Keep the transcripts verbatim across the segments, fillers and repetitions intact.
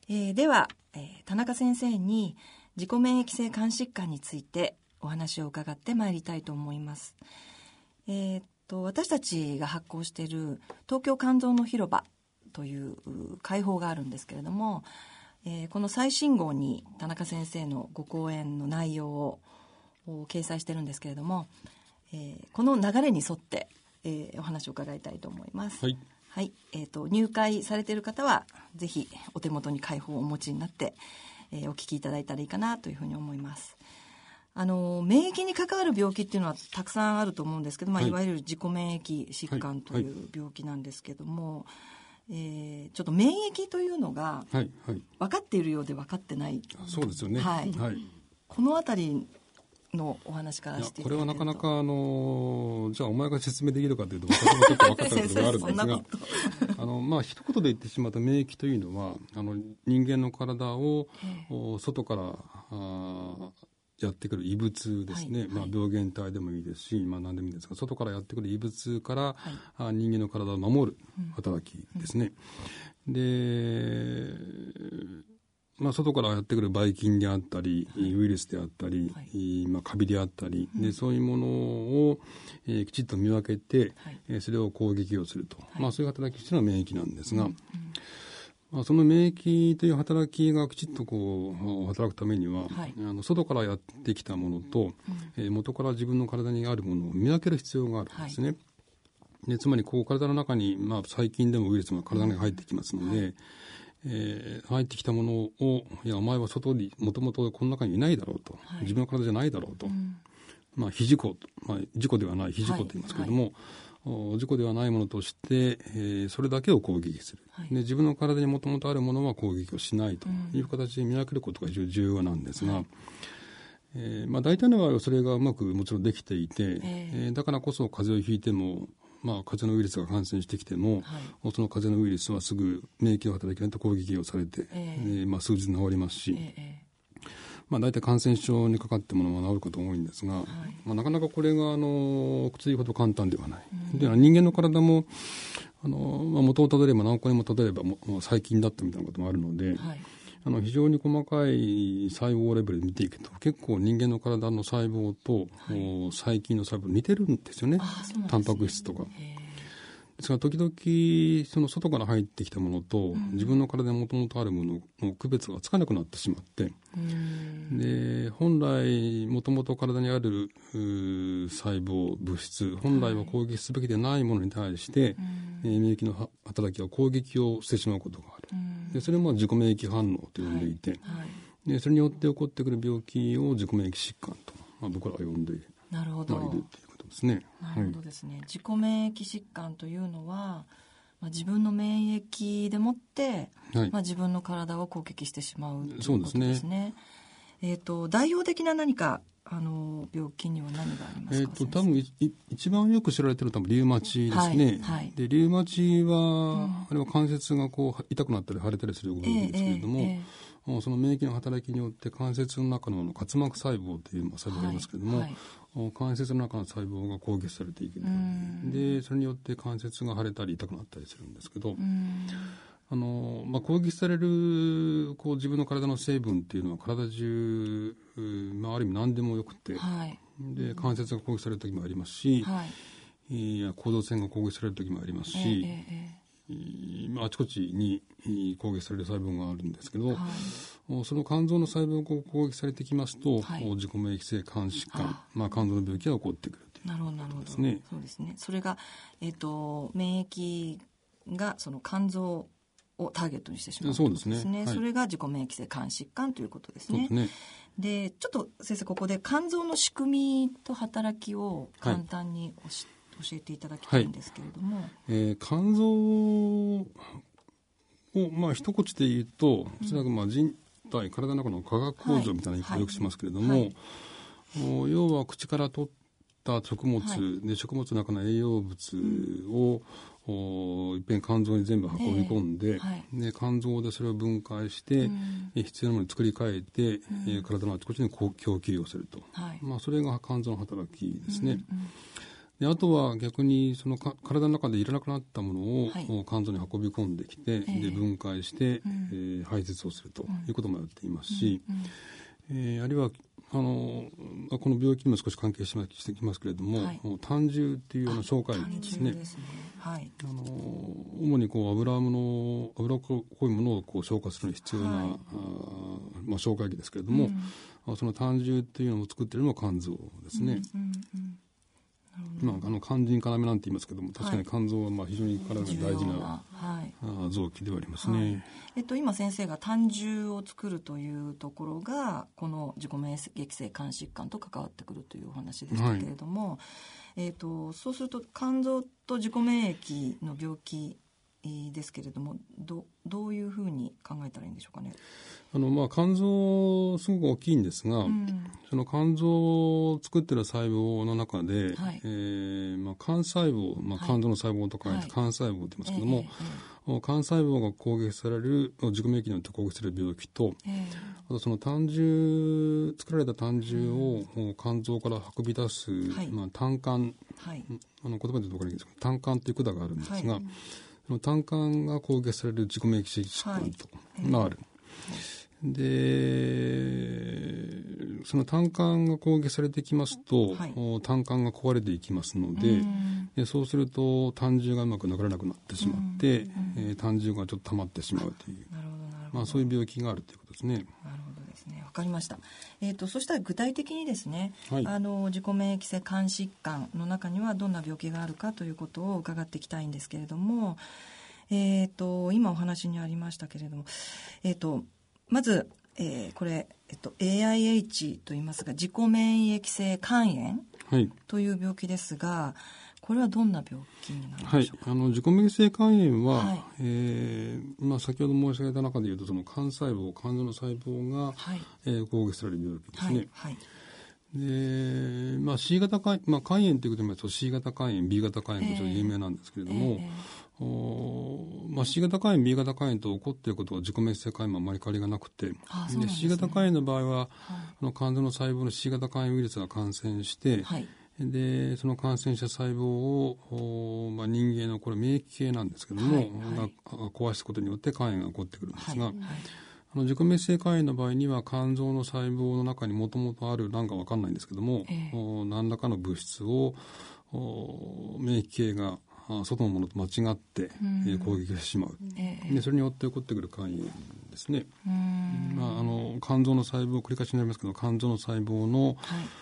えー、では、えー、田中先生に自己免疫性肝疾患についてお話を伺ってまいりたいと思います。えー、っと私たちが発行している東京肝臓の広場という会報があるんですけれども、えー、この最新号に田中先生のご講演の内容を掲載してるんですけれども、えー、この流れに沿って、えー、お話を伺いたいと思います。 はい、 はい。えー、と入会されている方はぜひお手元に会報をお持ちになって、えー、お聞きいただいたらいいかなというふうに思います。あの免疫に関わる病気っていうのはたくさんあると思うんですけど、まあ、いわゆる自己免疫疾患という病気なんですけども、はいはい、えー、ちょっと免疫というのが分かっているようで分かってない、 そうですよね、 はいはい、 このあたりのお話からしていただけると。 これはなかなかあのじゃあお前が説明できるかというと私もちょっと分かったことがあるんですがあの、まあ、一言で言ってしまった免疫というのはあの人間の体を外からあやってくる異物ですね、はいはい、まあ、病原体でもいいですし、まあ、何でもいいですが外からやってくる異物から、はい、人間の体を守る働きですね、うんうん、でまあ、外からやってくるばい菌であったり、はい、ウイルスであったり、はい、まあ、カビであったり、うん、でそういうものを、えー、きちっと見分けて、はい、えー、それを攻撃をすると、はい、まあ、そういう働きというのは免疫なんですが、うんうん、まあ、その免疫という働きがきちっとこう働くためには、はい、あの外からやってきたものと、うん、えー、元から自分の体にあるものを見分ける必要があるんですね、はい、でつまりこう体の中に、まあ、細菌でもウイルスも体に入ってきますので、うん、はい、えー、入ってきたものをいやお前は外にもともとこの中にいないだろうと、はい、自分の体じゃないだろうと、うん、まあ、非事故、まあ、事故ではない非事故と言いますけれども、はいはい、事故ではないものとして、えー、それだけを攻撃する、はい、で自分の体にもともとあるものは攻撃をしないという形で見分けることが非常に重要なんですが、はい、えーまあ、大体の場合はそれがうまくもちろんできていて、えーえー、だからこそ風邪をひいてもまあ、風邪のウイルスが感染してきても、はい、その風邪のウイルスはすぐ免疫の働きによって攻撃をされて、えーまあ、数日治りますし、えーまあ、大体感染症にかかってものは治ることが多いんですが、はい、まあ、なかなかこれがあの薬ほど簡単ではない、うん、で人間の体もあの、まあ、元をたどれば何個にもたどればもう細菌だったみたいなこともあるので、はい、あの非常に細かい細胞レベルで見ていくと結構人間の体の細胞と、はい、細菌の細胞似てるんですよね。タンパク質とかですから時々その外から入ってきたものと、うん、自分の体にもともとあるものの区別がつかなくなってしまって、うん、で本来もともと体にある細胞物質本来は攻撃すべきでないものに対して、はい、えー、免疫の働きは攻撃をしてしまうことがある、うん、でそれも自己免疫反応と呼んでいて、はいはい、でそれによって起こってくる病気を自己免疫疾患と、まあ、僕らは呼んでいるなるほど、 まあ、いるということですね。 なるほどですね、はい、自己免疫疾患というのは、まあ、自分の免疫でもって、はい、まあ、自分の体を攻撃してしまうということですね。そうですね。えーと、代表的な何かあの病気には何がありますか？ えーと、多分い一番よく知られているのは多分リウマチですね、はいはい、でリウマチは、うん、あれは関節がこう痛くなったり腫れたりする動きですけれども、えーえーえー、その免疫の働きによって関節の中の滑膜細胞という細胞がありますけれども、はいはい、関節の中の細胞が攻撃されていく、でそれによって関節が腫れたり痛くなったりするんですけど、あのまあ、攻撃されるこう自分の体の成分っていうのは体中、まあ、ある意味何でもよくて、はい、で関節が攻撃される時もありますし、はい、いや甲状腺が攻撃される時もありますし、えーえーまあ、あちこちに攻撃される細胞があるんですけど、はい、その肝臓の細胞が攻撃されてきますと、はい、自己免疫性肝疾患、まあ、肝臓の病気が起こってくるということですね。 そうですね。それが、えーと、免疫がその肝臓をターゲットにしてしまうということですね。そうですね。はい、それが自己免疫性肝疾患ということですね。 そうですね。 で、ちょっと先生ここで肝臓の仕組みと働きを簡単におし、はい、教えていただきたいんですけれども、はい、 えー、肝臓をまあ一口で言うと、おそらくまあ人体体の中の化学構造みたいな言い方をよくしますけれども、はいはい、要は口から取った食物、はい、で食物の中の栄養物を、うん、いっぺん肝臓に全部運び込んで、えーはい、で肝臓でそれを分解して、うん、必要なものに作り変えて、うん、体のあちこちに供給をすると、はい、まあ、それが肝臓の働きですね。うんうん、 であとは逆にそのか体の中でいらなくなったものを、はい、肝臓に運び込んできて、えー、で分解して、うんえー、排泄をするということもやっていますし、うんうんえー、あるいはあのこの病気にも少し関係してきますけれども、はい、胆汁っていうような消化液ですね。ですねはい、あの主にこう油の油っこいものをこう消化するのに必要な、はいあまあ、消化液ですけれども、うん、その胆汁っていうのを作っているのも肝臓ですね。うんうんうんまあ、あの肝腎要なんて言いますけども確かに肝臓はまあ非常に体が大事な、はい、臓器ではありますね、はいえっと、今先生が胆汁を作るというところがこの自己免疫性肝疾患と関わってくるというお話でしたけれども、はいえっと、そうすると肝臓と自己免疫の病気ですけれども ど, どういうふうに考えたらいいんでしょうかね。 あのまあ肝臓すごく大きいんですが、うん、その肝臓を作っている細胞の中で、はいえーまあ、肝細胞、まあ、肝臓の細胞と書いて肝細胞と言いますけども、はいえーえー、肝細胞が攻撃される自己免疫によって攻撃される病気と、えー、あとその胆汁作られた胆汁を肝臓から運び出す、はいまあ、胆管、はい、あの言葉で言うと分かりにくいですけど胆管という管があるんですが、はい、その胆管が攻撃される自己免疫疾患と、はいまあ、ある。でその胆管が攻撃されてきますと、はい、胆管が壊れていきますの で, でそうすると胆汁がうまく流れなくなってしまって、えー、胆汁がちょっと溜まってしまうというまあ、そういう病気があるということですね。 なるほどですね。わかりました。えーと、そしたら具体的にですね、はい、あの自己免疫性肝疾患の中にはどんな病気があるかということを伺っていきたいんですけれども、えーと、今お話にありましたけれども、えーとまず、えー、これ、えっと、エーアイエイチ と言いますが自己免疫性肝炎、はい、という病気ですが、これはどんな病気になるんでしょうか。 はい、あの自己免疫性肝炎は、はいえーまあ、先ほど申し上げた中でいうとその肝細胞肝臓の細胞が、はいえー、攻撃される病気ですね。はいはいでまあ、C 型肝、まあ、肝炎ということで言いますと C 型肝炎 B 型肝炎が有名なんですけれども、えーえーおまあ、C 型肝炎 B 型肝炎と起こっていることは自己免疫性肝炎もあまり変わりがなくてああで、ね、C 型肝炎の場合は、はい、あの肝臓の細胞の C 型肝炎ウイルスが感染して、はい、でその感染した細胞を、まあ、人間のこれ免疫系なんですけども、はいはい、が壊すことによって肝炎が起こってくるんですが、はいはいあの自己免疫性肝炎の場合には肝臓の細胞の中にもともとある何か分かんないんですけども、えー、何らかの物質を免疫系が外のものと間違って、えー、攻撃してしまう、えー、でそれによって起こってくる肝炎ですね。うんまあ、あの肝臓の細胞繰り返しになりますけど肝臓の細胞の、はい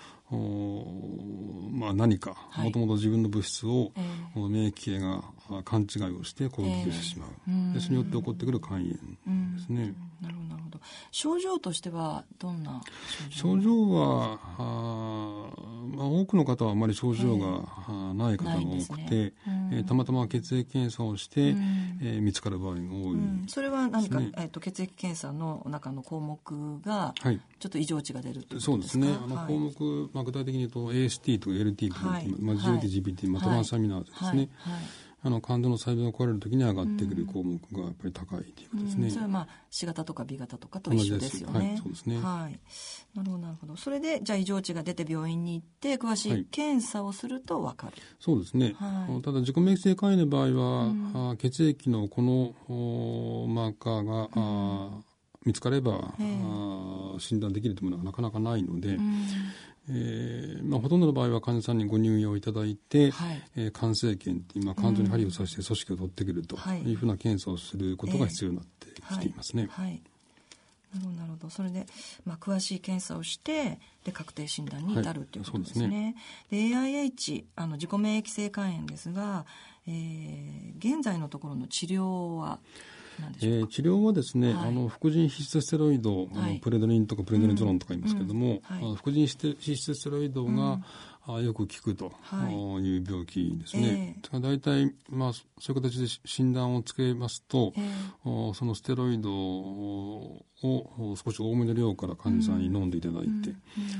まあ、何かもともと自分の物質を、えー、免疫系が勘違いをして攻撃してしまう、えー、でそれによって起こってくる肝炎ですね。 なるほどなるほど。症状としてはどんな症状？症状はあ、まあ、多くの方はあまり症状が、えー、ない方が多くて、ねえー、たまたま血液検査をして、えー、見つかる場合が多い、うん、 それは何か、ねえー、と血液検査の中の項目がちょっと異常値が出るということですか。 そうですね。あの項目、はいまあ、具体的に言うと エーエスティー とか エルティー とか、はいまあ、ジーエーティー、ジーピーティー、まあ、トランスアミナーゼですね、はいはいあの肝臓の細胞が壊れるときに上がってくる項目がやっぱり高いということですね。 うん、それはまあ C 型とか B 型とかと一緒ですよね。 はい、そうですね。 はい。なるほどなるほど。それでじゃあ異常値が出て病院に行って詳しい検査をすると分かる。はい、 そうですね。はい、ただ自己免疫性肝炎の場合は、うん、血液のこのマーカーが、うん見つかればあ診断できるというものがなかなかないので、うんえーまあ、ほとんどの場合は患者さんにご入院をいただいて、はいえー、肝生検って今肝臓に針を刺して組織を取ってくるというふうな検査をすることが必要になってきていますね。 えーはいはい、なるほどなるほど。それで、まあ、詳しい検査をしてで確定診断に至るということですね。はい、そうですね。で エーアイエイチ あの自己免疫性肝炎ですが、えー、現在のところの治療はえー、治療はですね、はい、あの副腎皮質ステロイド、はい、あのプレドリンとかプレドニゾロンとか言いますけれども、うんうんはい、副腎皮質ステロイドが、うん、よく効くという病気ですね。えー、だいたい、まあ、そういう形で診断をつけますと、えー、そのステロイドを少し多めの量から患者さんに飲んでいただいて、うんうん、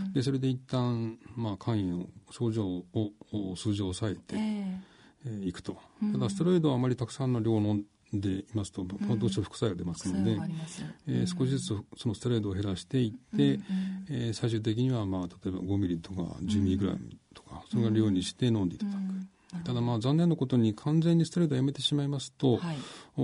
でそれで一旦、まあ、肝炎症状を数字を抑えて、えーいくと。ただステロイドはあまりたくさんの量を飲でいますと、うん、どうしても副作用出ますので、うんえー、少しずつそのステロイドを減らしていって、うんえー、最終的には、まあ、例えばごミリとかじゅうミリぐらいとか、うん、それが量にして飲んでいただく、うんただまあ残念なことに完全にステロイドをやめてしまいますと、はい、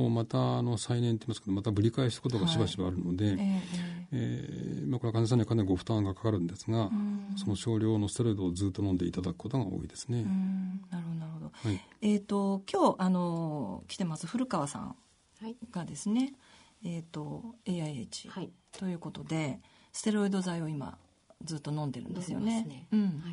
またあの再燃といいますけどまたぶり返すことがしばしばあるので、はいえーえーまあ、これは患者さんにはかなりご負担がかかるんですが、その少量のステロイドをずっと飲んでいただくことが多いですね。 うんなるほどなるほど、はいえー、と今日あの来てます古川さんがですね、はいえー、と エーアイエイチ、はい、ということでステロイド剤を今ずっと飲んでるんですよね。ねうんはい、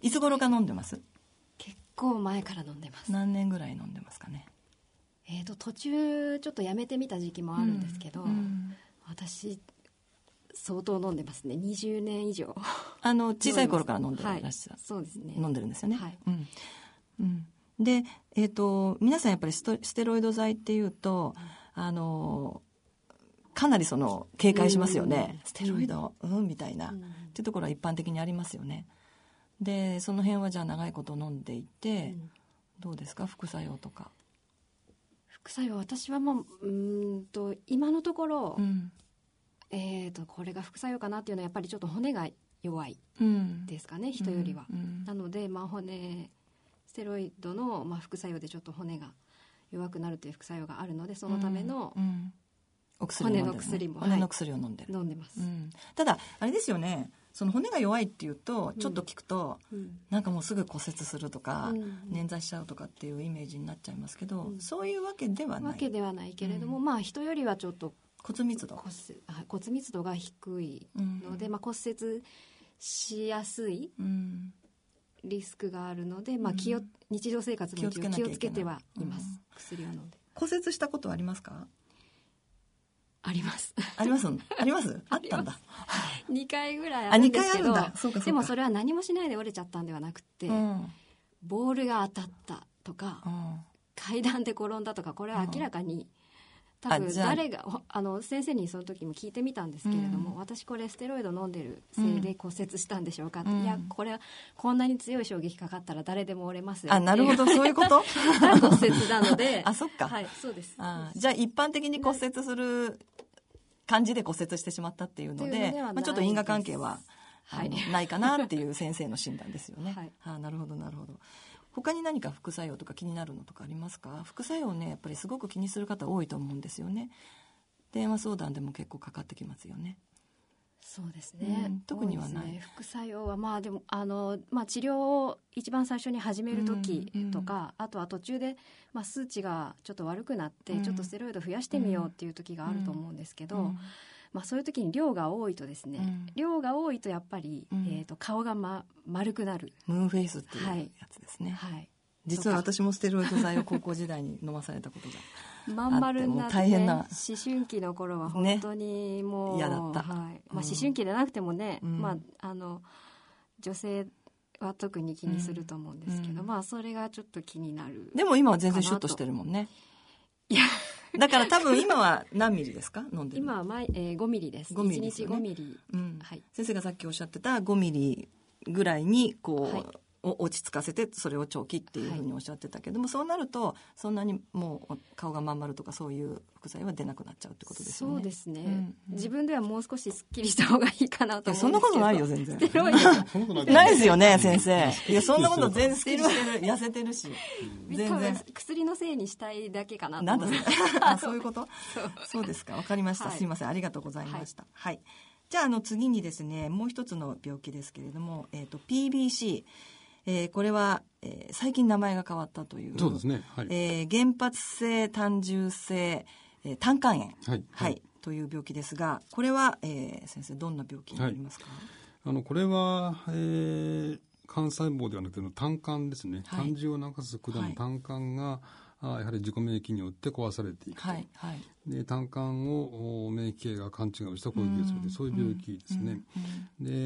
いつ頃から飲んでます？ 結構前から飲んでます。 何年ぐらい飲んでますかね？ えーと途中ちょっとやめてみた時期もあるんですけど、うんうん、私相当飲んでますね。にじゅうねん以上あの小さい頃から飲んでるらっしゃ、はい、 そうですね飲んでるんですよね、 はいうんうん、で、えーと皆さんやっぱりストステロイド剤っていうと、うん、あのかなりその警戒しますよね、うん、ステロイド、うん、みたいな、うん、っていうところは一般的にありますよね。でその辺はじゃあ長いこと飲んでいて、うん、どうですか副作用とか？ 副作用私はもう、うーんと今のところ、うんえー、とこれが副作用かなっていうのはやっぱりちょっと骨が弱いですかね、うん、人よりは、うん、なので、まあ、骨ステロイドの、まあ、副作用でちょっと骨が弱くなるという副作用があるのでそのための、うんうんお薬骨の薬も骨の薬を飲んでる、 はい、飲んでます、 うん、ただあれですよねその骨が弱いっていうとちょっと聞くと、うん、なんかもうすぐ骨折するとか、うん、捻挫しちゃうとかっていうイメージになっちゃいますけど、うん、そういうわけではないわけではないけれども、うん、まあ人よりはちょっと骨密度骨、骨密度が低いので、うんまあ、骨折しやすいリスクがあるので、まあ、気を日常生活も気をつけなきゃいけない気をつけてはいます、うん、薬を飲んで。 骨折したことはありますか？ ありますありますありますあったんだにかいぐらいあるんですけど、 そうかそうかでもそれは何もしないで折れちゃったんではなくて、うん、ボールが当たったとか、うん、階段で転んだとかこれは明らかに、うん多分誰が あ, あの先生にその時も聞いてみたんですけれども、うん、私これステロイド飲んでるせいで骨折したんでしょうかって、うん、いやこれはこんなに強い衝撃かかったら誰でも折れますよってあなるほどそういうこと骨折なのであそっか、 はい、そうですあじゃあ一般的に骨折する感じで骨折してしまったっていうので、まあ、ちょっと因果関係は、はい、ないかなっていう先生の診断ですよね、はい、あなるほどなるほど。他に何か副作用とか気になるのとかありますか？副作用ねやっぱりすごく気にする方多いと思うんですよね。電話相談でも結構かかってきますよね。 そうですね、うん、 特にはない、 ね、副作用はまあでもあの、まあ、治療を一番最初に始める時とか、うんうん、あとは途中で、まあ、数値がちょっと悪くなって、うん、ちょっとステロイド増やしてみようっていう時があると思うんですけど、うんうんまあ、そういう時に量が多いとですね、うん、量が多いとやっぱり、うんえー、と顔が、ま、丸くなるムーンフェイスっていうやつですね、はいはい、実は私もステロイド剤を高校時代に飲まされたことがまん丸になって、ね、 大変な思春期の頃は本当にもう、 ね、嫌だった、 はいまあ、思春期でなくてもね、うんまあ、あの女性は特に気にすると思うんですけど、うんまあ、それがちょっと気になる。 でも今は全然シュッとしてるもんね。いやだから多分今は何ミリですか飲んでる？ 今は毎、えー、ごミリです。 ごミリですよね、 いちにちごミリ、 うんはい、先生がさっきおっしゃってたごミリぐらいにこう、はい落ち着かせてそれを長期っていうふうにおっしゃってたけども、はい、そうなるとそんなにもう顔がまん丸とかそういう副作用は出なくなっちゃうってことですよね。 そうですね、うんうん、自分ではもう少しすっきりした方がいいかなと思うんですけど。 そんなことないよ全然ないですよね先生。いやそんなこと全然すっきりしてる痩せてるし全然薬のせいにしたいだけかなと思います。なんだあそういうことそうそうですかわかりました、はい、すいませんありがとうございました、はいはい、じゃあ、 あの次にですねもう一つの病気ですけれども、えーと、ピービーシーえー、これは、えー、最近名前が変わったというそうですね、はいえー、原発性単純性、えー、胆管炎、はいはいはい、という病気ですがこれは、えー、先生どんな病気になりますか？はい、 あのこれは、えー、肝細胞ではなくて胆管ですね、はい、胆汁を流す管の胆管が、はいあやはり自己免疫によって壊されていくと、はいはい、で胆管を免疫系が勘違いをした攻撃をするというそういう病気ですね、うんうん、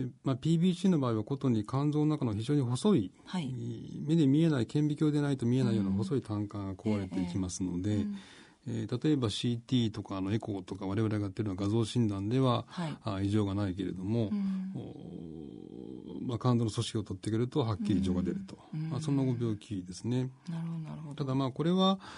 で、まあ、ピービーシー の場合はことに肝臓の中の非常に細い、はい、目で見えない顕微鏡でないと見えないような細い胆管が壊れていきますので、うんえーうんえー、例えば シーティー とかあのエコーとか我々がやってるような画像診断では、はい、あ異常がないけれども、うんまあ、肝臓の組織を取ってくるとはっきり異常が出ると、うんまあ、そんなご病気ですね。 なるほどなるほど。 ただまあこれは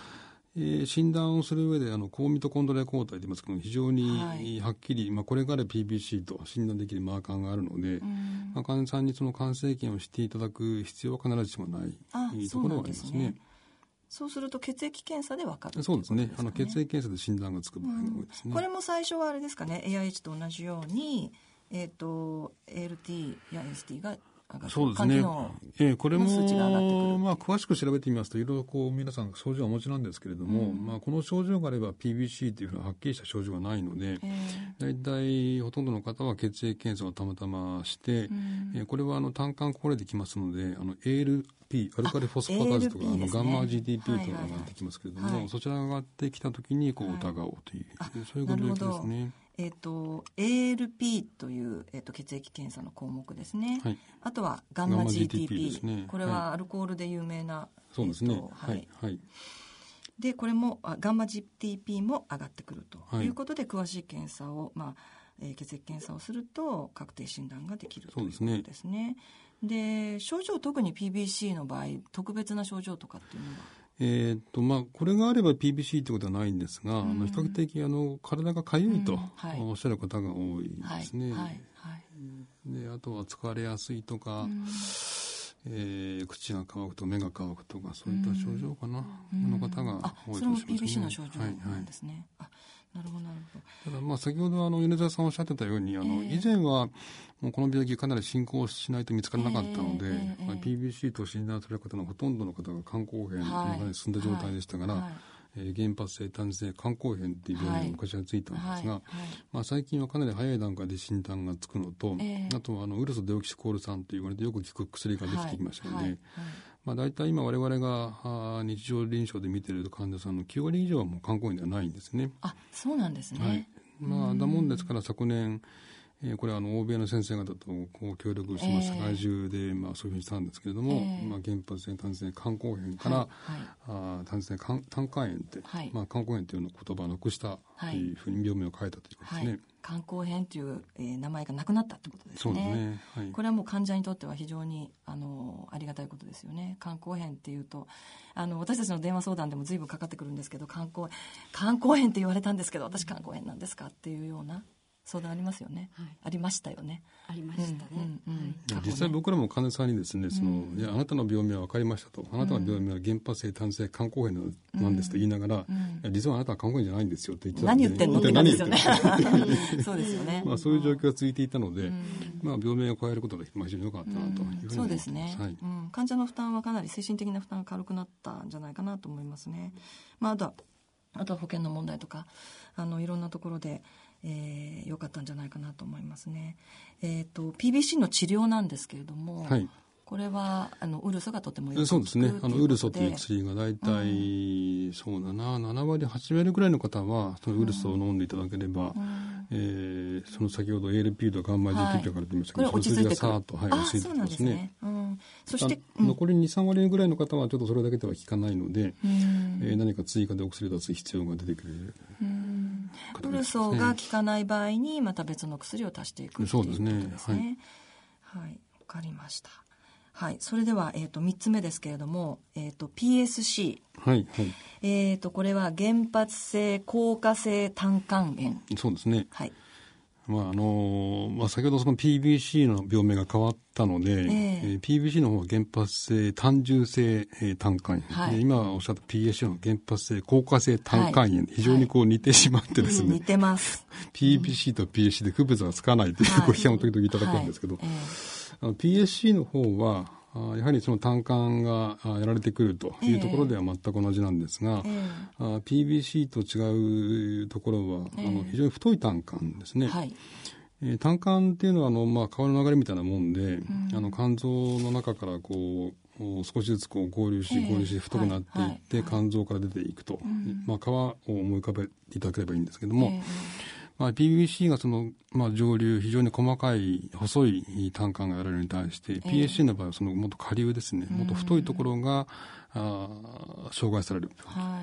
えー、診断をする上であの高ミトコンドリア抗体といいますけど非常にはっきり、はい、まあ、これから ピービーシー と診断できるマーカーがあるので、まあ、患者さんにその肝生検をしていただく必要は必ずしもないところはありますね。 そうすると血液検査で分かる、ね、 そうですね。あの血液検査で診断がつく場合が多いですね、 うん、これも最初はあれですかね、 エーアイエイチ と同じように、えー、と エーエルティー や エスティー がそうですね。えー、これもまあ詳しく調べてみますといろいろこう皆さん症状はお持ちなんですけれども、うん、まあこの症状があれば ピービーシー というふうなはっきりした症状がないので、だいたいほとんどの方は血液検査をたまたまして、うん、えー、これはあの胆管高齢できますので、あの エーエルピー アルカリフォスファターズとか、あのガンマ ジーティーピー とかが上がってきますけれども、はいはいはい、そちらが上がってきたときにこう疑おうという、はい、そういうことですね。 えー、と エーエルピー という、えー、と血液検査の項目ですね、はい、あとはガンマ ジーティーピー, です、ね、これはアルコールで有名な、はい、 そうですね、はいはい、 でこれもあガンマ ジーティーピー も上がってくるということで、はい、詳しい検査を、まあえー、血液検査をすると確定診断ができるということですね。で症状、特に ピービーシー の場合特別な症状とかっていうのはえーとまあ、これがあれば ピービーシー ということはないんですが、うん、あの比較的あの体がかゆいと、うんはい、おっしゃる方が多いですね、はいはいはい、であとは疲れやすいとか、うんえー、口が乾くと目が乾くとかそういった症状かな、うん、の方が多いとしますね。 それも ピービーシー の症状なんですね、はいはい、あなるほどなるほど。 ただまあ先ほどあの米沢さんおっしゃってたようにあの、えー、以前はもうこの病気かなり進行しないと見つからなかったので、えーえーまあ、ピービーシー と診断される方のほとんどの方が肝硬変の中に進んだ状態でしたから、はいはいえー、原発性単性肝硬変っていう病名が昔はついたんですが、はいはいまあ、最近はかなり早い段階で診断がつくのと、えー、あとはあのウルソデオキシコール酸と言われてよく効く薬ができてきましたので、はいはいはいまあ、大体今我々が日常臨床で見ている患者さんのきゅうわり以上はもう肝硬変ではないんですね。 あ、そうなんですね、 はいまあ、だもんですから昨年えー、これはあの欧米の先生方とこう協力して、まあ、世界中でまあそういうふうにしたんですけれども、えーまあ、原発性単性肝硬変から、はいはい、あ単性肝胆管炎って、はいまあ、肝硬変というの言葉をなくしたというふうに病名を変えたということですね、はい、 肝硬変という、えー、名前がなくなったということですね。 そうですね、はい、 これはもう患者にとっては非常に あのありがたいことですよね。肝硬変っていうとあの私たちの電話相談でも随分かかってくるんですけど、肝硬肝硬変って言われたんですけど私肝硬変なんですかっていうような相談ありますよね、はい、ありましたよね。 ありましたね、うんうんうんはい、実際僕らも患者さんにですねその、うん、いやあなたの病名は分かりましたと、あなたの病名は原発性単性肝硬変なんですと言いながら、うんうん、いや実はあなたは肝硬変じゃないんですよって言ってたので、 何言ってんのって感じですよねそうですよね、 まあ、そういう状況が続いていたので、うんまあ、病名を変えることが非常に良かったなというふうに思っています、 そうですね、はいうん、患者の負担はかなり精神的な負担が軽くなったんじゃないかなと思いますね、まあ、あとはあとは保険の問題とかあのいろんなところでえー、良かったんじゃないかなと思いますね。えーと、ピービーシー の治療なんですけれども、はい、これはあのウルソがとてもよく効くそうですね。あのウルソという薬が大体、うん、そうだなななわりはちわりぐらいの方はそのウルソを飲んでいただければ、うんえー、その先ほど エーエルピー とガンマ ジーティーピー から出ましたけど、はい、その数字がさーっと、はい、落ち着いてきますね。うん、そして、うん、残り にさんわりぐらいの方はちょっとそれだけでは効かないので、うんえー、何か追加でお薬を出す必要が出てくる。うんウルソが効かない場合にまた別の薬を足していくということですね。そうですね。はい、はい、分かりました。はい、それでは、えー、とみっつめですけれども、えー、と ピーエスシー、 はいはいえー、とこれは原発性硬化性胆管炎。 そうですね。はいまああのまあ、先ほどその ピービーシー の病名が変わったので、えーえー、ピービーシー の方は原発性単純性、えー、胆管炎、はい、今おっしゃった ピーエスシー の原発性硬化性胆管炎、はい、非常にこう似てしまってですね、 はい、似てます。 ピービーシー と ピーエスシー で区別がつかないというご批判を時々いただくんですけど、はいはいえー、あの ピーエスシー の方はやはりその胆管がやられてくるというところでは全く同じなんですが、えー、ピービーシー と違うところは、えー、あの非常に太い胆管ですね、はいえー、胆管っていうのはあの、まあ、川の流れみたいなもんで、うん、あの肝臓の中からこう少しずつこう合流し、えー、合流して太くなっていって、はい、肝臓から出ていくと、うんまあ、川を思い浮かべていただければいいんですけども、えーまあ、ピービーシー がその、まあ、上流非常に細かい細い胆管がやられるに対して、えー、ピーエスシー の場合はそのもっと下流ですね、もっと太いところがあ障害される、はい、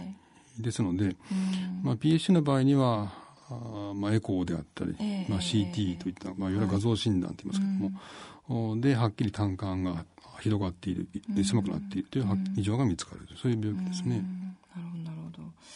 ですので、まあ、ピーエスシー の場合にはあ、まあ、エコーであったり、えーまあ、シーティー といった、まあ、いわゆる画像診断と言いますけれども、はい、ではっきり胆管が広がっている、狭くなっているという異常が見つかる、そういう病気ですね。 なるほどなるほど。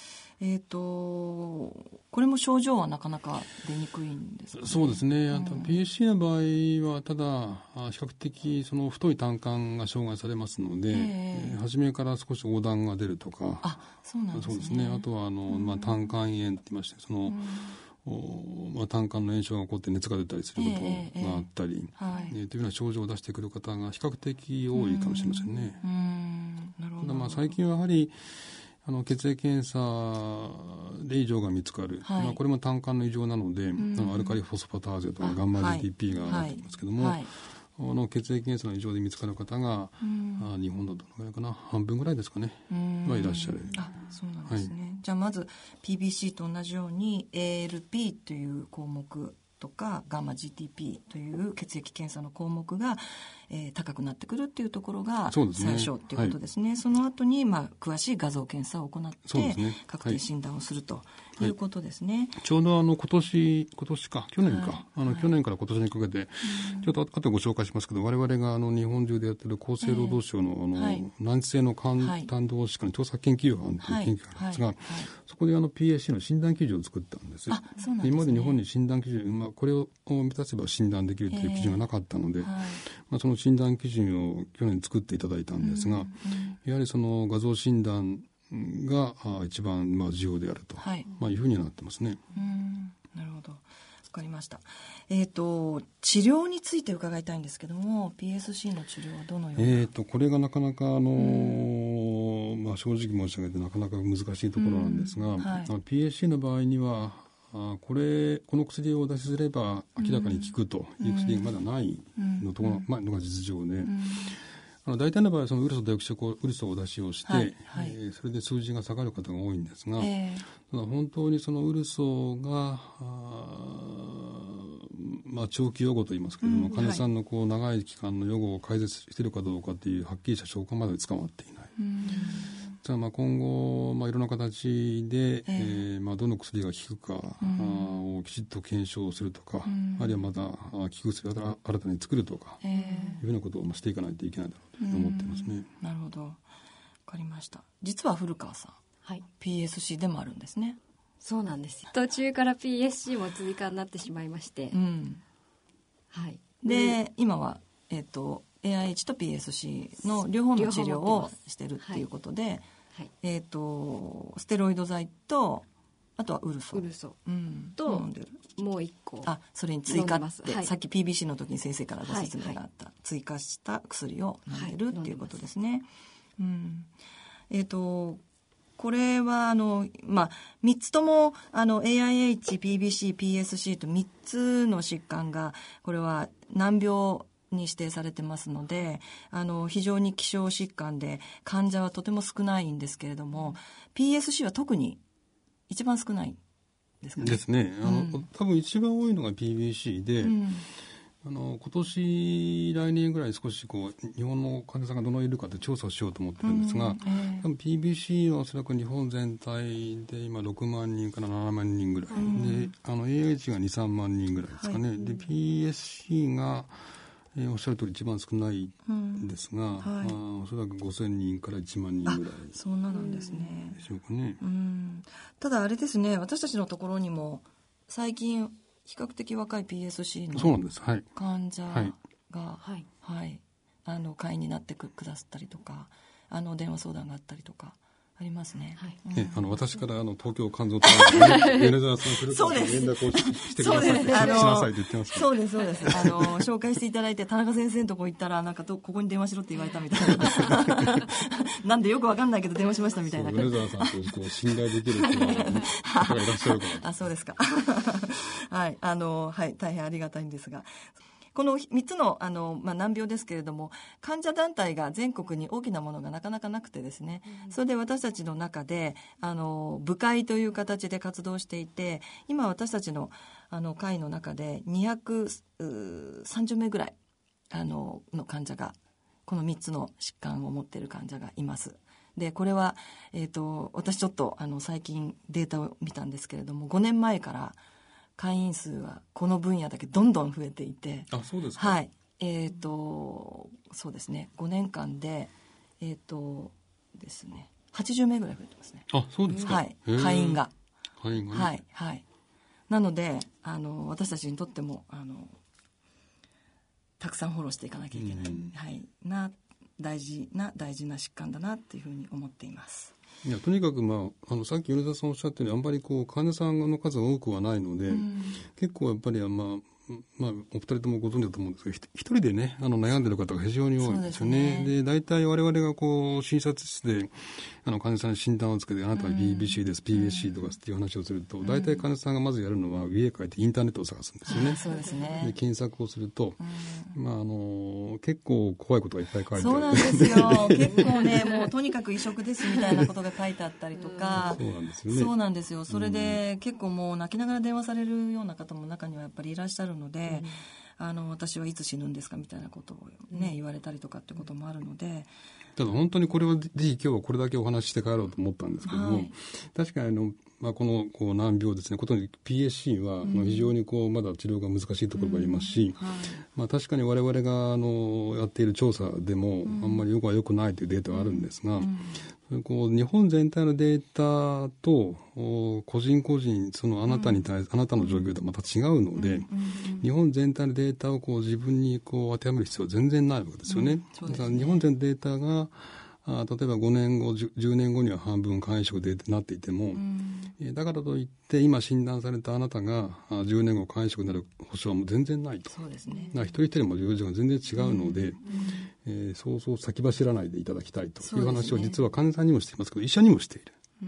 えーと、これも症状はなかなか出にくいんですかね。 そうですね。あと ピーエスシー の場合はただ比較的その太い胆管が障害されますので、えー、初めから少し黄疸が出るとか、 あ、そうなんですね。 そうですね。あとはあの、まあ、胆管炎って言いまして、その、まあ、胆管の炎症が起こって熱が出たりすることがあったり、えーえーはいえー、というような症状を出してくる方が比較的多いかもしれませんね。 うんうんなるほど。 ただまあ最近はやはりあの血液検査で異常が見つかる、はいまあ、これも胆管の異常なので、うん、あのアルカリフォスファターゼとかガンマ ジーティーピー が出てきますけども、はいはいあの血液検査の異常で見つかる方が、うん、あ日本だとどのぐらいかな半分ぐらいですかねはいらっしゃる。 あそうなんですね、はい、じゃあまず ピービーシー と同じように エーエルピー という項目とかガンマ ジーティーピー という血液検査の項目が、えー、高くなってくるっていうところが最初っていうことですね。その後に、まあ、詳しい画像検査を行って、ね、確定診断をするということですね。 はい、ちょうどあの今年今年か去年か、はい、あの去年から今年にかけて、はい、ちょっと後でご紹介しますけど我々があの日本中でやっている厚生労働省の、あの、はい、難治性の肝胆道疾患調査研究班という研究班ですが、はいはいはい、そこであの ピーエスシー の診断基準を作ったんです。 あ、そうなんですね。 今まで日本に診断基準、まあ、これを満たせば診断できるという基準がなかったので、えーはいまあ、その診断基準を去年作っていただいたんですが、うんうん、やはりその画像診断が一番まあ重要であると、はいまあ、いうふうになってますね。 うんなるほど、わかりました。えーと、治療について伺いたいんですけども ピーエスシー の治療はどのような、 えーとこれがなかなかあのーまあ、正直申し上げてなかなか難しいところなんですが、はい、ピーエスシー の場合にはあこれこの薬をお出しすれば明らかに効くという薬がまだないのと、うんまあ、のが実情で、うんあの大体の場合はそのウイルスとデオキシウイルスをお出しをして、はいはいえー、それで数字が下がる方が多いんですが、えー、ただ本当にそのウイルスがまあ、長期予後といいますけれども、うん、患者さんのこう長い期間の予後を改善しているかどうかというはっきりした証拠まで捕まっていない。うんじゃあまあ今後、まあ、いろんな形で、えーえーまあ、どの薬が効くか、うん、をきちっと検証するとか、うん、あるいはまた効く薬を新たに作るとか、えー、いうふうなことをしていかないといけないだろうと思っていますね。うん、 なるほど、わかりました。実は古川さん、はい、ピーエスシー でもあるんですね。 そうなんですよ。途中から ピーエスシー も追加になってしまいまして、うんはい、で今は、えーとエーアイエイチ と ピーエスシー の両方の治療をしてるっていうことで、はいはいえー、とステロイド剤とあとはウルソウルソ、 うん、 ともう一個あそれに追加って、はい、さっき ピービーシー の時に先生からご説明があった、はいはい、追加した薬を飲んでるっていうことですね。うん、えー、とこれはあの、まあ、みっつともあの エーアイエイチ、ピービーシー、ピーエスシー とみっつの疾患がこれは難病に指定されてますのであの非常に希少疾患で患者はとても少ないんですけれども ピーエスシー は特に一番少ないですかね。 ですね。あの、うん、多分一番多いのが ピービーシー で、うん、あの今年来年ぐらい少しこう日本の患者さんがどのいるかって調査をしようと思ってるんですが、うんえー、多分 ピービーシー はおそらく日本全体で今ろくまんにんからななまんにんぐらい、うん、であの エーアイエイチ がに、さんまんにんぐらいですかね、はい、で ピーエスシー がえー、おっしゃる通り一番少ないんですが、うんはい、あおそらくごせんにんからいちまんにんぐらいそんななんですね。 でしょうかね。 うんただあれですね、私たちのところにも最近比較的若い ピーエスシー の患者が、はいはい、あの会員になってくださったりとかあの電話相談があったりとかありますね。はいうん、えあの私からあの東京肝臓と米沢さん古川さん連絡をしてくださいってしなさいと言ってます。 そうですそうです。あの紹介していただいて田中先生のとこ行ったらなんかとここに電話しろって言われたみたいな。なんでよくわかんないけど電話しましたみたいな。 米沢さんと信頼できる人がいらっしゃるから。 あそうですか。はいあのはい大変ありがたいんですが。このみっつの、あの、まあ、難病ですけれども患者団体が全国に大きなものがなかなかなくてですね、うん、それで私たちの中であの部会という形で活動していて今私たちの、あの会の中でにひゃくさんじゅうめいぐらいあのの患者がこのみっつの疾患を持っている患者がいます。でこれは、えーと、私ちょっとあの最近データを見たんですけれどもごねんまえから会員数はこの分野だけどんどん増えていてあそうですか。 はいえーとそうですねごねんかんでえーとですねはちじゅうめいぐらい増えてますね。 あ、そうですか。 はい、会員が。 会員がね。 はい、はい。なので、あの、私たちにとっても、あの、たくさんフォローしていかなきゃいけない、うん、はい、な、大事な、大事な疾患だなっていうふうに思っています。 いや、とにかく、まあ、あの、さっき米沢さんおっしゃったように、あんまりこう、患者さんの数が多くはないので、うん、結構やっぱり、まあ、まあ、お二人ともご存知だと思うんですけど、一人でね、あの悩んでる方が非常に多いんですよね。で、大体我々がこう診察室であの患者さんに診断をつけて、あなたは ビービーシー です、うん、ピーエスシー とかっていう話をすると、うん、大体患者さんがまずやるのは家へ帰ってインターネットを探すんですよね。 そうですね。 で、検索をすると、うん、まああの結構怖いことがいっぱい書いてある。 そうなんですよ。結構ね、もうとにかく異色ですみたいなことが書いてあったりとか、 そうなんですよね。 そうなんですよ。それで、うん、結構もう泣きながら電話されるような方も中にはやっぱりいらっしゃるので。うん、あの私はいつ死ぬんですかみたいなことを、ね、うん、言われたりとかってこともあるので、 ただ本当にこれはぜひ今日はこれだけお話しして帰ろうと思ったんですけども、はい、確かにあの、まあ、このこう難病ですね、ことに ピーエスシー は、うん、非常にこうまだ治療が難しいところがありますし、うん、はい、まあ、確かに我々があのやっている調査でも、うん、あんまりよくは良くないというデータがあるんですが、うんうん、こう日本全体のデータと個人個人そのあなたに対、うん、あなたの状況とまた違うので、うんうんうん、日本全体のデータをこう自分にこう当てはめる必要は全然ないわけですよね。うん、そうですね。だから日本全体のデータがあ例えばごねんご、じゅうねんごには半分肝移植でなっていても、うん、だからといって今診断されたあなたがじゅうねんご肝移植になる保証はもう全然ないと。 そうですね。 だから一人一人も病状が全然違うので、うんうん、えー、そうそう先走らないでいただきたいという話を実は患者さんにもしていますけど、医者にもしている。うん、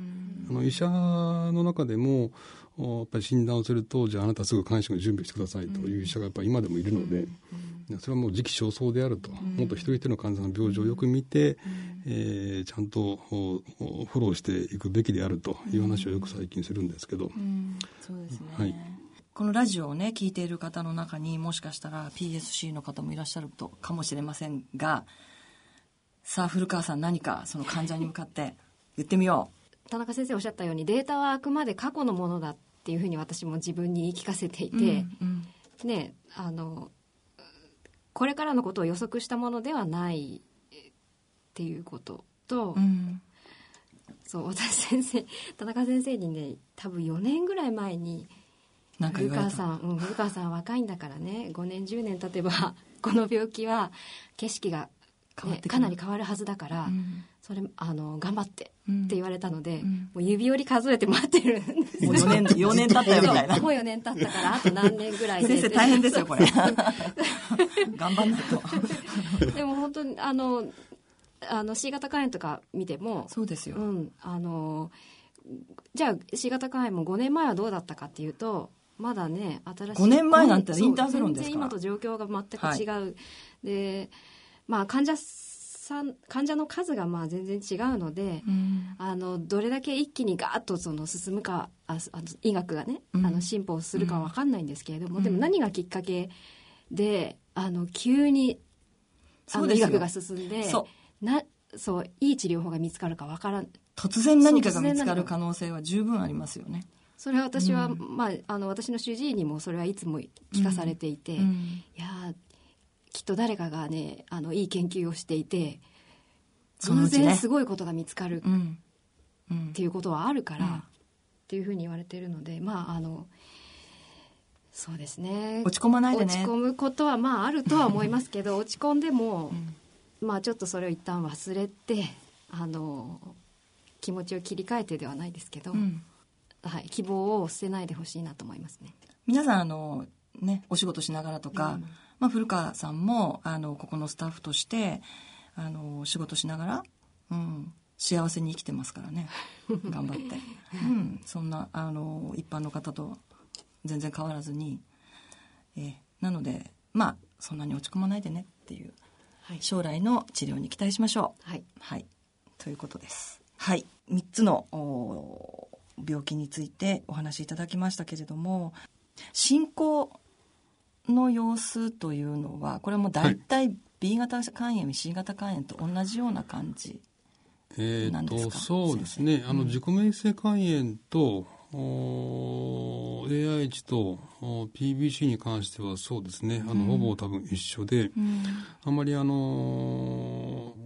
あの医者の中でもやっぱり診断をすると、じゃああなたすぐ肝移植の準備してくださいという医者がやっぱり今でもいるので、うん、それはもう時期尚早であると、うん、もっと一人一人の患者さんの病状をよく見て、うん、えー、ちゃんとフォローしていくべきであるという話をよく最近するんですけど、うんうん、そうですね、 はい、 このラジオをね聞いている方の中にもしかしたら ピーエスシー の方もいらっしゃるとかもしれませんが、さあ古川さん、何かその患者に向かって言ってみよう。 田中先生おっしゃったように、データはあくまで過去のものだっていうふうに私も自分に言い聞かせていて、うんうん、ね、あのこれからのことを予測したものではないっていうことと、うん、そう私先生田中先生にね、多分よねんぐらい前に古川さん、うん、古川さん若いんだからね、ごねんじゅうねん経てばこの病気は景色が、ね、かなり変わるはずだから、うん、それあの頑張ってって言われたので、うん、もう指折り数えて待ってるんです。 もうよねん、よねん経ったよみたいな。 もうよねん経ったからあと何年ぐらいで。 先生大変ですよこれ。頑張んないと。 でも本当にあのあの C 型肝炎とか見ても、 そうですよ。 うん、あのじゃあ C 型肝炎もごねんまえはどうだったかっていうと、まだね新しい。 ごねんまえなんてインターフェロンですから。 全然今と状況が全く違う。はい、で、まあ患者患者の数がまあ全然違うので、うん、あのどれだけ一気にガーッとその進むか、ああの医学がね、うん、あの進歩するかは分かんないんですけれども、うん、でも何がきっかけであの急にあの医学が進んで、そうなそういい治療法が見つかるか分からん、 突然何かが見つかる可能性は十分ありますよね。 それは私は、うん、まあ、あの私の主治医にもそれはいつも聞かされていて、うんうん、いやきっと誰かがねあのいい研究をしていて偶然すごいことが見つかるっていうことはあるから、うん、っていうふうに言われているので、まああのそうですね、 落ち込まないでね。 落ち込むことはまああるとは思いますけど落ち込んでも、うん、まあちょっとそれを一旦忘れてあの気持ちを切り替えてではないですけど、うん、はい、希望を捨てないでほしいなと思いますね。 皆さんあの、ね、お仕事しながらとか、うんまあ、古川さんもあのここのスタッフとしてあの仕事しながら、うん、幸せに生きてますからね頑張って、うん、そんなあの一般の方と全然変わらずに、えー、なのでまあそんなに落ち込まないでねっていう、はい、将来の治療に期待しましょう、はいはい、ということです。はい、みっつの病気についてお話しいただきましたけれども、進行の様子というのはこれも大体 B 型肝炎、C 型肝炎と同じような感じなんですか？えー、とそうですね、あの自己免疫性肝炎と エーアイエイチ と ピービーシー に関してはそうですね、あの、うん、ほぼ多分一緒で、うん、あんまりあのこ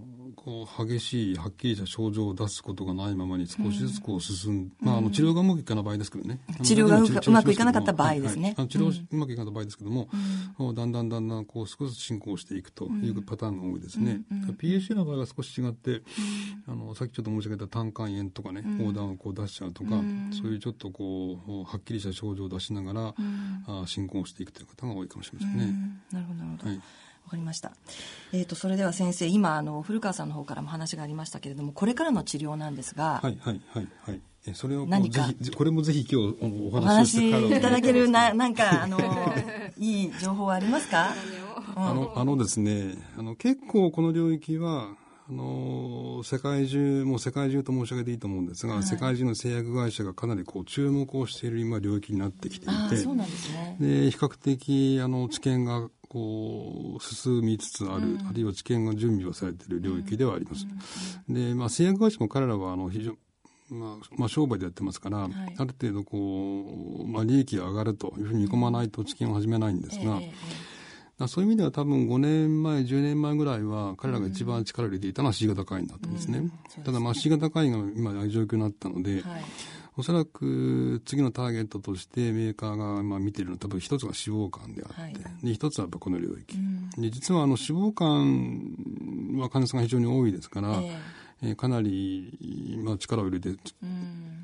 激しいはっきりした症状を出すことがないままに少しずつこう進ん、うんまあ、あの治療がうまくいかない場合ですけどね、 治療がうまくいかなかった場合ですね、 はいはい、治療うまくいかなかった場合ですけども、うん、だんだんだんだんこう少しずつ進行していくというパターンが多いですね、うんうん、ピーエーシー の場合は少し違って、うん、あのさっきちょっと申し上げた胆管炎とかね、うん、横断をこう出しちゃうとか、うん、そういうちょっとこうはっきりした症状を出しながら、うん、あ進行していくという方が多いかもしれませんね、うん、 なるほどなるほど、はい、わかりました。えーと、それでは先生、今あの古川さんの方からも話がありましたけれども、これからの治療なんですが、 はいはいはいはい、えそれを何かぜひこれもぜひ今日お話ししていただけるななんかあのいい情報はありますか？ うん、あのあのですね、あの結構この領域はあの世界中もう世界中と申し上げていいと思うんですが、はい、世界中の製薬会社がかなりこう注目をしている今領域になってきていて、 あそうなんですね。 で比較的あの知見がこう進みつつある、うん、あるいは知見が準備をされている領域ではあります、うんうん、で、まあ、製薬会社も彼らはあの非常、まあまあ、商売でやってますから、はい、ある程度こう、まあ、利益が上がるというふうに見込まないと知見を始めないんですが、うんえー、そういう意味では多分ごねんまえじゅうねんまえぐらいは彼らが一番力を入れていたのは C 型肝炎だったんですね、うんうん、そうですね。ただまあ C 型肝炎が今ああいう状況になったので、はい、おそらく次のターゲットとしてメーカーがまあ見ているのは多分一つが脂肪肝であって、はい、で一つはやっぱこの領域、うん、で実はあの脂肪肝は患者さんが非常に多いですから、えーえー、かなりまあ力を入れて、うん、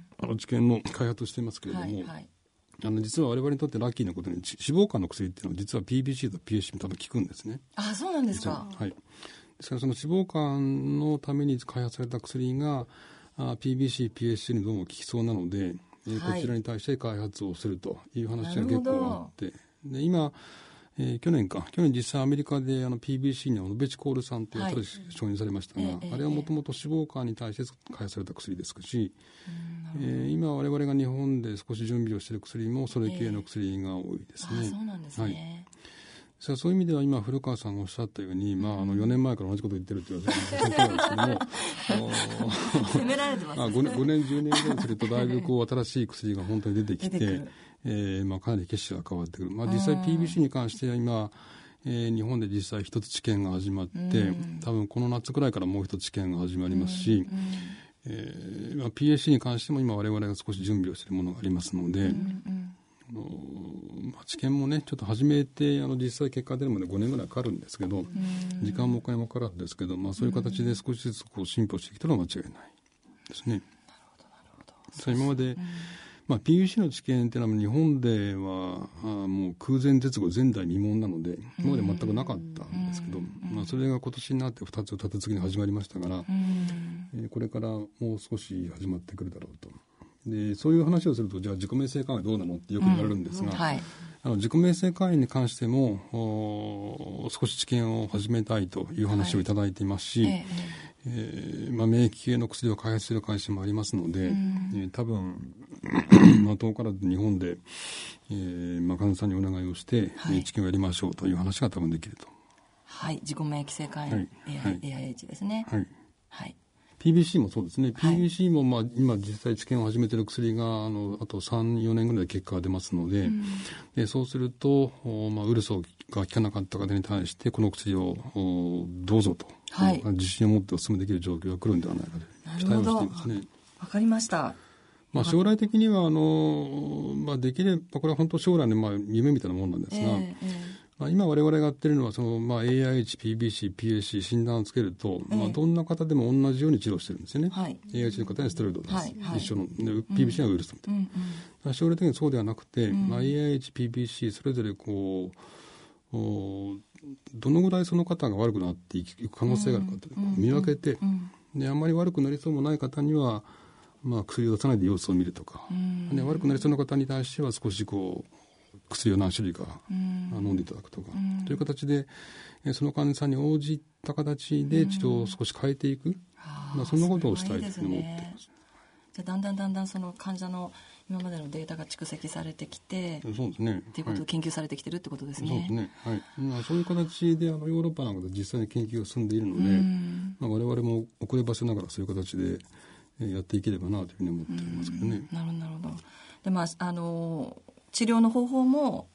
あの治験の開発をしていますけれども、はいはい、あの実は我々にとってラッキーなことに脂肪肝の薬っていうのは実は ピービーシー と ピーエイチシー も多分効くんですね。 あ、そうなんですか。 はい。ですからその脂肪肝のために開発された薬があ ピービーシー、ピーエイチシー にどうも効きそうなので、えーはい、こちらに対して開発をするという話が結構あって、で今、えー、去年か去年実際アメリカであの ピービーシー にはノベチコール酸という新しく承認されましたが、はい、あれはもともと脂肪肝に対して開発された薬ですし、えー、今我々が日本で少し準備をしている薬もそれ系の薬が多いですね。 えー、あそうなんですね。はいそういう意味では今古川さんがおっしゃったように、まあ、あのよねんまえから同じことを言ってるというのはそうなんですけども責められてますね。 ごねんごねんじゅうねんぐらいするとだいぶこう新しい薬が本当に出てきてて、えーまあ、かなり景色が変わってくる、まあ、実際 ピービーシー に関しては今、えー、日本で実際一つ治験が始まって多分この夏くらいからもう一つ治験が始まりますし、えーまあ、ピーエイチシー に関しても今我々が少し準備をしているものがありますので、うんうんあのまあ、治験もねちょっと始めてあの実際結果出るまでごねんぐらいかかるんですけど、時間もお金もかかるんですけど、まあ、そういう形で少しずつこう進歩してきたのは間違いないですね。なるほどなるほど。そう今まで、まあ、ピービーシー の治験っていうのは日本ではあもう空前絶後前代未聞なので今まで全くなかったんですけど、まあ、それが今年になってふたつ立て続けに始まりましたから、えー、これからもう少し始まってくるだろうと。でそういう話をするとじゃあ自己免疫肝炎どうなのってよく言われるんですが、うんはい、あの自己免疫肝炎に関しても少し治験を始めたいという話をいただいていますし、はいえええーまあ、免疫系の薬を開発する会社もありますので、うんえー、多分まあ遠からず日本で、えーまあ、患者さんにお願いをして、はい、治験をやりましょうという話が多分できると。 はい自己免疫性肝炎、はい、エーアイエイチ ですね。はい、はいピービーシー もそうですね。ピービーシー もまあ今実際治験を始めている薬があのあとさん、よねんぐらいで結果が出ますので、うん、でそうすると、まあ、ウイルスが効かなかった方に対してこの薬をどうぞと、はい、自信を持ってお勧めできる状況が来るんではないかと期待をしていますね。 わかりました。 まあ、将来的にはあの、まあ、できればこれは本当将来のまあ夢みたいなものなんですが、えーえーまあ、今我々がやってるのはその、まあ、エーアイエイチ、ピービーシー、ピーエイチシー 診断をつけると、えーまあ、どんな方でも同じように治療してるんですよね、はい、エーアイエイチ の方にステロイドを出す、はいはい、一緒ので ピービーシー はウイルスみたいな、うんうん、将来的にそうではなくて、うんまあ、エーアイエイチ、ピービーシー それぞれこうどのぐらいその方が悪くなっていく可能性があるかというのを見分けて、うんうん、であんまり悪くなりそうもない方には、まあ、薬を出さないで様子を見るとか、うん、で悪くなりそうな方に対しては少しこう薬を何種類か飲んでいただくとか、うん、という形でその患者さんに応じた形で治療を少し変えていく、うんまあ、そんなことをしたいというふうに思っています。 じゃあだんだんだんだんその患者の今までのデータが蓄積されてきてそうですねっていうことを研究されてきてるってことですね。 そうですね、はいまあ、そういう形であのヨーロッパなんかで実際に研究が進んでいるので、うんまあ、我々も遅ればせながらそういう形でやっていければなというふうに思っていますけどね。 なるほどなるほど。で、まああの治療の方法も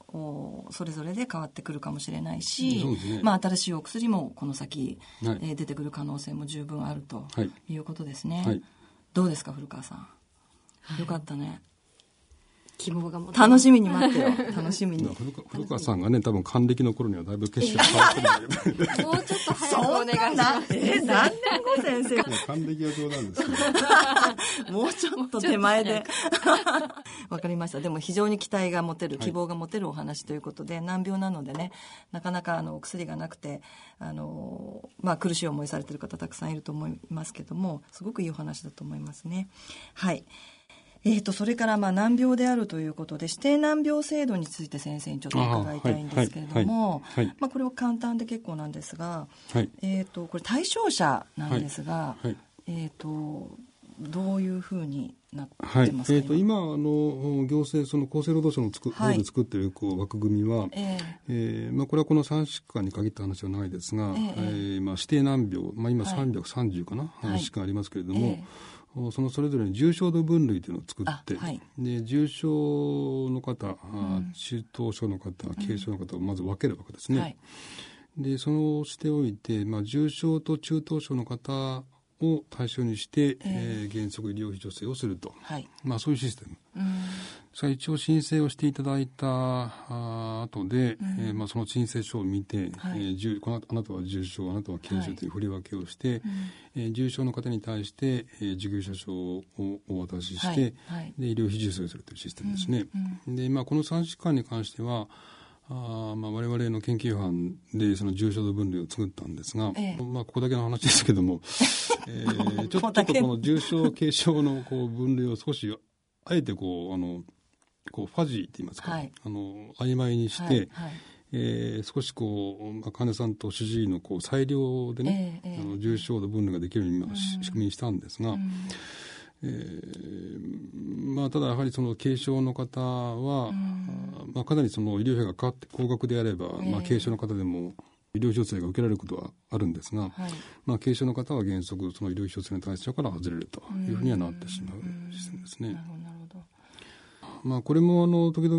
それぞれで変わってくるかもしれないし、 ね、 まあ、新しいお薬もこの先、 はいえー、出てくる可能性も十分あるということですね、 はい、 どうですか古川さん、はい、よかったね、 希望が持て楽しみに待ってよ楽しみに古川さんがね多分還暦の頃にはだいぶ結晶変わってるんだけどもうちょっと早くお願いしますえー、何年後先生還暦は冗談ですけどもうちょっと手前でわかりました。でも非常に期待が持てる、希望が持てるお話ということで、はい、難病なのでね、なかなかあのお薬がなくてあの、まあ、苦しい思いされている方たくさんいると思いますけども、すごくいいお話だと思いますね。はい。えー、とそれからまあ難病であるということで、指定難病制度について先生にちょっと伺いたいんですけれども、まあ、これは簡単で結構なんですが、はい、えー、とこれ対象者なんですが、はいはい、えー、とどういうふうになってますか、はいえー、と今あの行政その厚生労働省のつく、はい、で作っているこう枠組みは、えーえーまあ、これはこのさん疾患に限った話はないですが、えーえーまあ、指定難病、まあ、今さんびゃくさんじゅうかな、はい、疾患ありますけれども、えーそのそれぞれに重症度分類というのを作って、はい、で重症の方、うん、中等症の方、軽症の方をまず分けるわけですね、うんはい、でそのしておいて、まあ、重症と中等症の方を対象にして、えーえー、原則医療費助成をすると、はいまあ、そういうシステム、うん、それは一応申請をしていただいたあ後で、うんえーまあ、その申請書を見て、はいえー、このあなたは重症あなたは軽症という振り分けをして、はいえー、重症の方に対して、えー、受給者証をお渡しして、はいはい、で医療費助成をするというシステムですね、うんうんでまあ、このさん疾患に関してはあまあ、我々の研究班でその重症度分類を作ったんですが、ええまあ、ここだけの話ですけども、えー、ちょ, ちょっとこの重症軽症のこう分類を少しあえてこうあのこうファジーって言いますか、はい、あの曖昧にして、はいはいえー、少しこう、まあ、患者さんと主治医のこう裁量でね、ええ、あの重症度分類ができるように、まあ、仕組みにしたんですが、うんえーまあ、ただやはりその軽症の方は、うんまあ、かなりその医療費がかかって高額であれば、えーまあ、軽症の方でも医療費助成が受けられることはあるんですが、はいまあ、軽症の方は原則その医療費助成の対象から外れるというふうにはなってしまうシステムですね。 なるほどなるほど。 まあ、これもあの時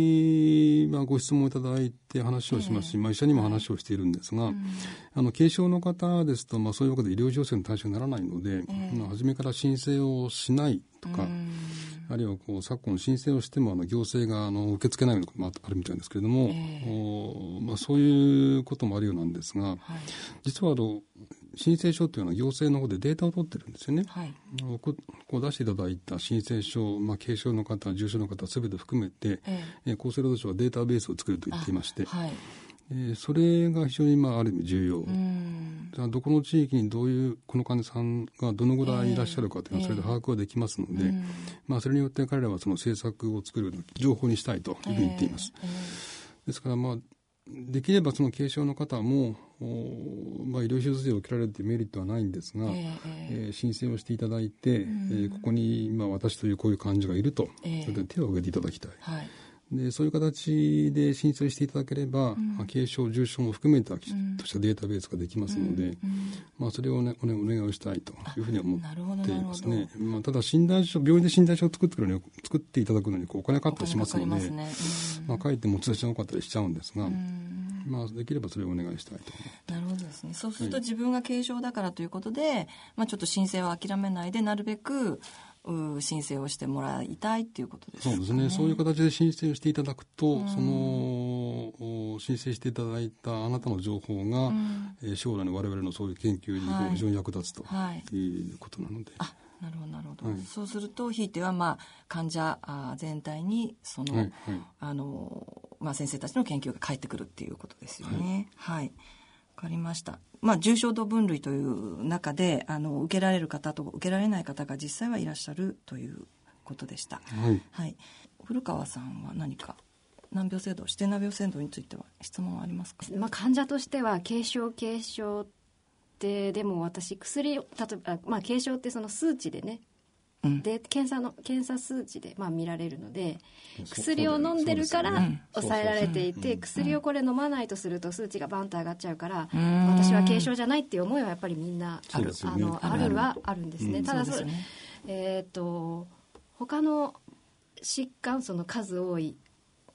々、まあ、ご質問いただいて話をしますし、えーまあ、医者にも話をしているんですが、はい、あの軽症の方ですと、まあ、そういうわけで医療費助成の対象にならないので、えーまあ、初めから申請をしないとか、あるいはこう昨今申請をしてもあの行政があの受け付けないのもあるみたいですけれども、えーまあ、そういうこともあるようなんですが、はい、実はあの申請書というのは行政の方でデータを取ってるんですよね、はい、こう出していただいた申請書、まあ、軽症の方重症の方すべて含めて、えー、厚生労働省はデータベースを作ると言っていまして、はいえー、それが非常に、まあ、ある意味重要。うんどこの地域にどういうこの患者さんがどのぐらいいらっしゃるかというのはそれで把握はできますので、えーまあ、それによって彼らはその政策を作る情報にしたいというふうに言っています、えーえー、ですから、まあ、できればその軽症の方も、まあ、医療費助成を受けられるというメリットはないんですが、えーえー、申請をしていただいて、うんえー、ここに、まあ、私というこういう患者がいると、えー、それで手を挙げていただきたい、はいでそういう形で申請していただければ、うん、軽症重症も含めたきちっとしたデータベースができますので、うんうんまあ、それを、ね、お願いをしたいというふうに思っていますね。まあ、ただ診断書病院で診断書を作ってくるのに作っていただくのにこうお金かかったりしますので、ねうんまあ、かえって持ち出しが多かったりしちゃうんですが、うんまあ、できればそれをお願いしたいと思ってなるほどですね。そうすると自分が軽症だからということで、はいまあ、ちょっと申請を諦めないでなるべく申請をしてもらいたいっていうことですかね。 そうですね。そういう形で申請をしていただくと、うん、その申請していただいたあなたの情報が、うんえー、将来の我々のそういう研究に非常に役立つということなので、はいはいあなるほどなるほど、はい、そうするとひいては、まあ、患者全体にその、はいはいあのまあ、先生たちの研究が返ってくるっていうことですよね。はい、はい、わかりました。まあ、重症度分類という中であの受けられる方と受けられない方が実際はいらっしゃるということでした、はいはい、古川さんは何か難病制度指定難病制度については質問はありますか？ まあ、患者としては軽症軽症ってでも私薬を例えば、まあ、軽症ってその数値でねうん、で検査の検査数値で、まあ、見られるので薬を飲んでるから抑えられていて薬をこれ飲まないとすると数値がバンと上がっちゃうから私は軽症じゃないっていう思いはやっぱりみんなある、あのあるはあるんですね、うん、ただそれ、ねえー、と他の疾患その数多い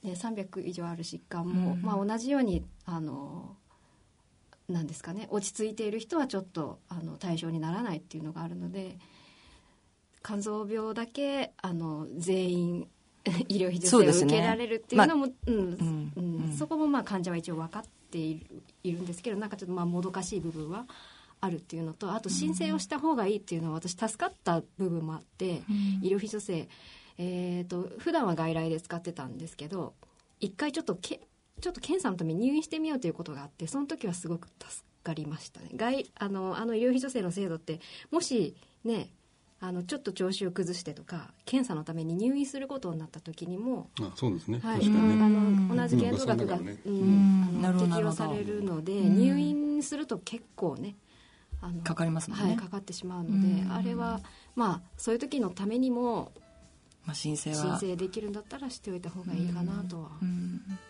でさんびゃく以上ある疾患も、うん、まあ、同じようにあのなんですかね、落ち着いている人はちょっとあの対象にならないっていうのがあるので、肝臓病だけあの全員医療費助成を受けられるっていうのも、そこもまあ患者は一応分かっている、いるんですけど、なんかちょっとまあもどかしい部分はあるっていうのと、あと申請をした方がいいっていうのは私助かった部分もあって、うん、医療費助成、えーと、普段は外来で使ってたんですけど、一回ちょっとけちょっと検査のために入院してみようということがあって、その時はすごく助かりましたね。外あのあの医療費助成の制度って、もしね、あのちょっと調子を崩してとか検査のために入院することになった時にも、 あ、そうですね、 はい、 確かにね、 あの同じ限度額が、ね、うんあの適用されるので、入院すると結構ね、あのかかりますもんね、 はい、かかってしまうので、あれはまあそういう時のためにも、 まあ、申請は申請できるんだったらしておいた方がいいかなとは。 うんうん